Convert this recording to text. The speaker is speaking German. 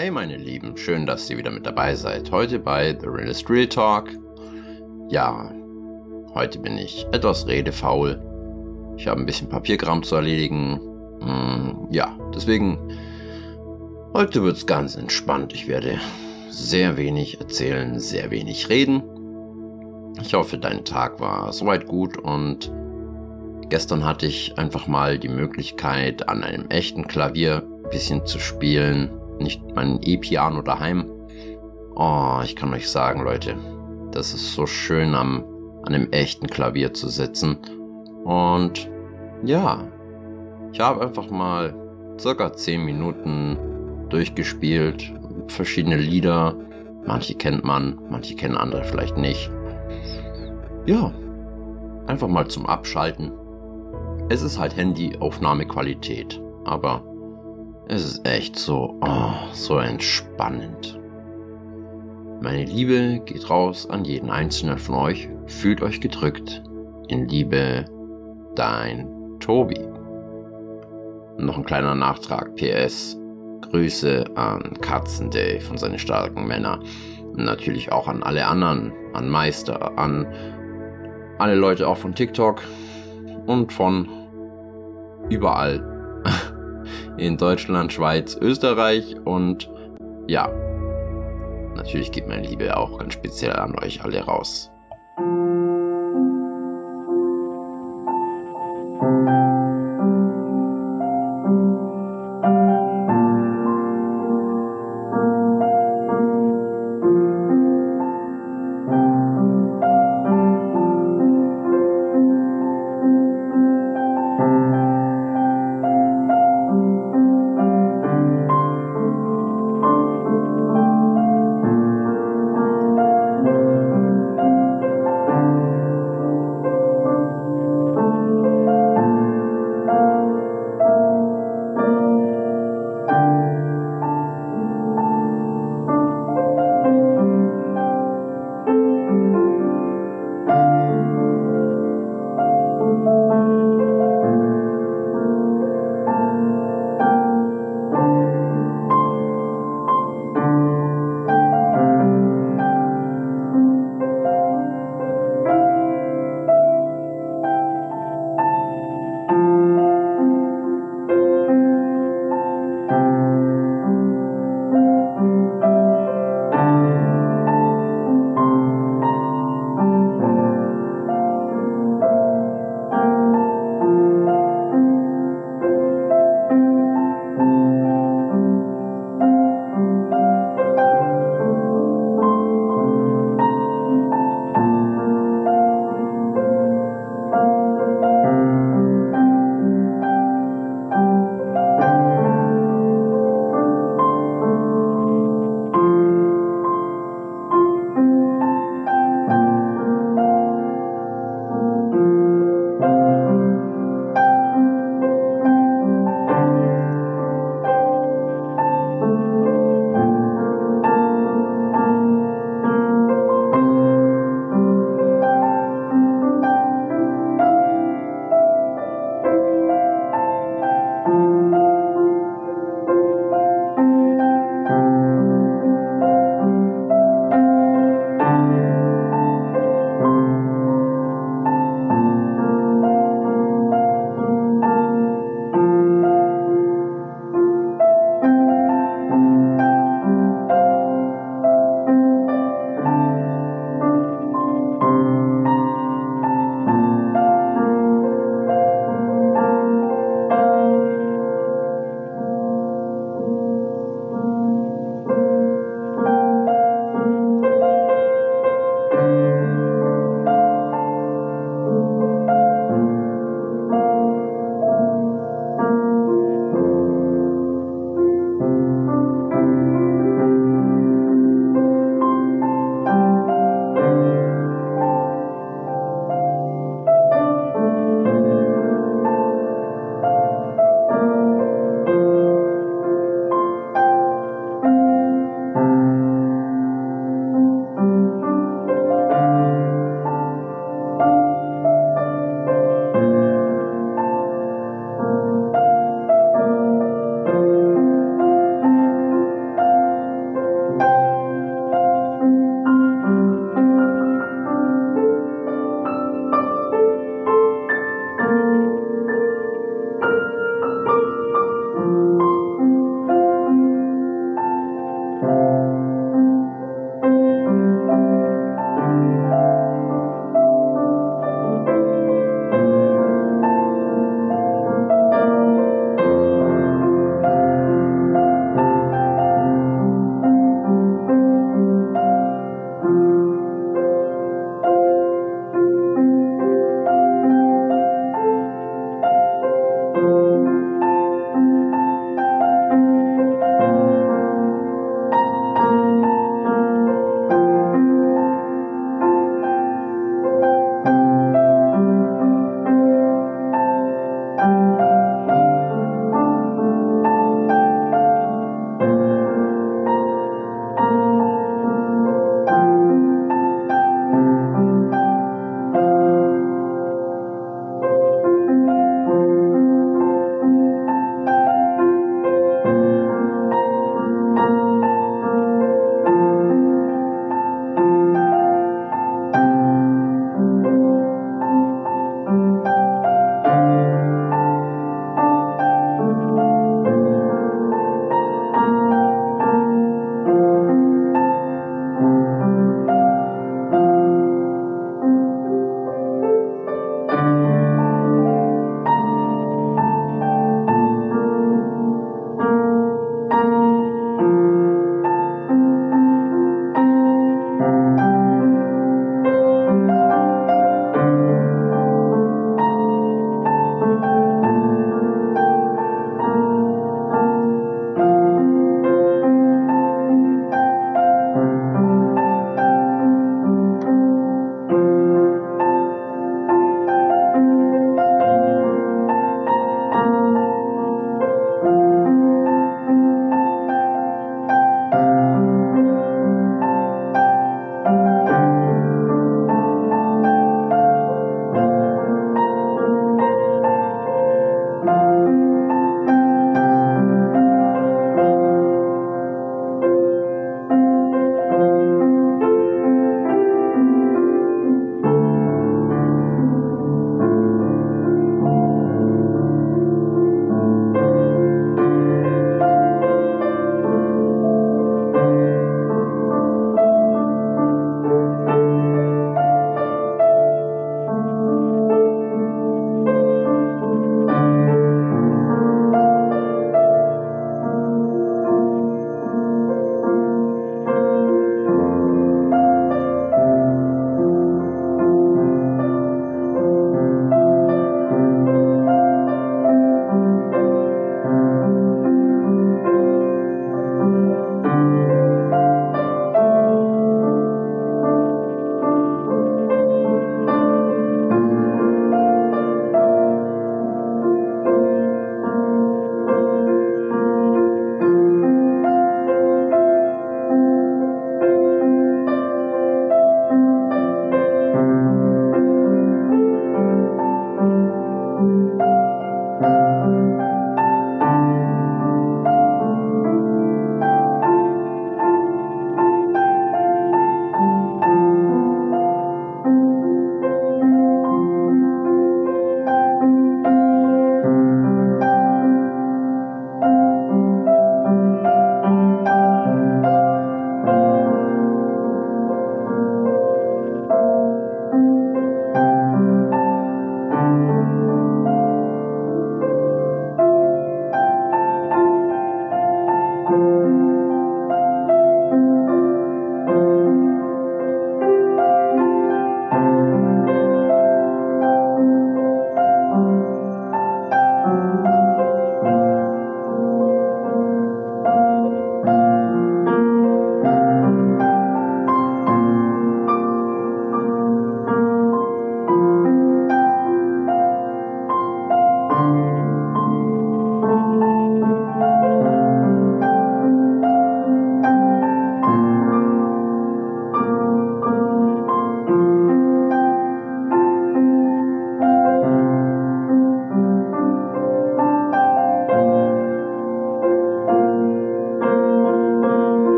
Hey meine Lieben, schön, dass ihr wieder mit dabei seid. Heute bei The Realist Real Talk. Ja, heute bin ich etwas redefaul. Ich habe ein bisschen Papierkram zu erledigen. Ja, deswegen, heute wird es ganz entspannt. Ich werde sehr wenig erzählen, sehr wenig reden. Ich hoffe, dein Tag war soweit gut und gestern hatte ich einfach mal die Möglichkeit, an einem echten Klavier ein bisschen zu spielen. Nicht mein E-Piano daheim. Oh, ich kann euch sagen, Leute, das ist so schön, an einem echten Klavier zu sitzen. Und ja, ich habe einfach mal circa 10 Minuten durchgespielt. Verschiedene Lieder. Manche kennt man, manche kennen andere vielleicht nicht. Ja, einfach mal zum Abschalten. Es ist halt Handy-Aufnahmequalität, aber es ist echt so entspannend. Meine Liebe geht raus an jeden einzelnen von euch. Fühlt euch gedrückt. In Liebe, dein Tobi. Noch ein kleiner Nachtrag. PS. Grüße an Katzendave und seine starken Männer. Und natürlich auch an alle anderen. An Meister. An alle Leute auch von TikTok. Und von überall. In Deutschland, Schweiz, Österreich und ja, natürlich geht meine Liebe auch ganz speziell an euch alle raus.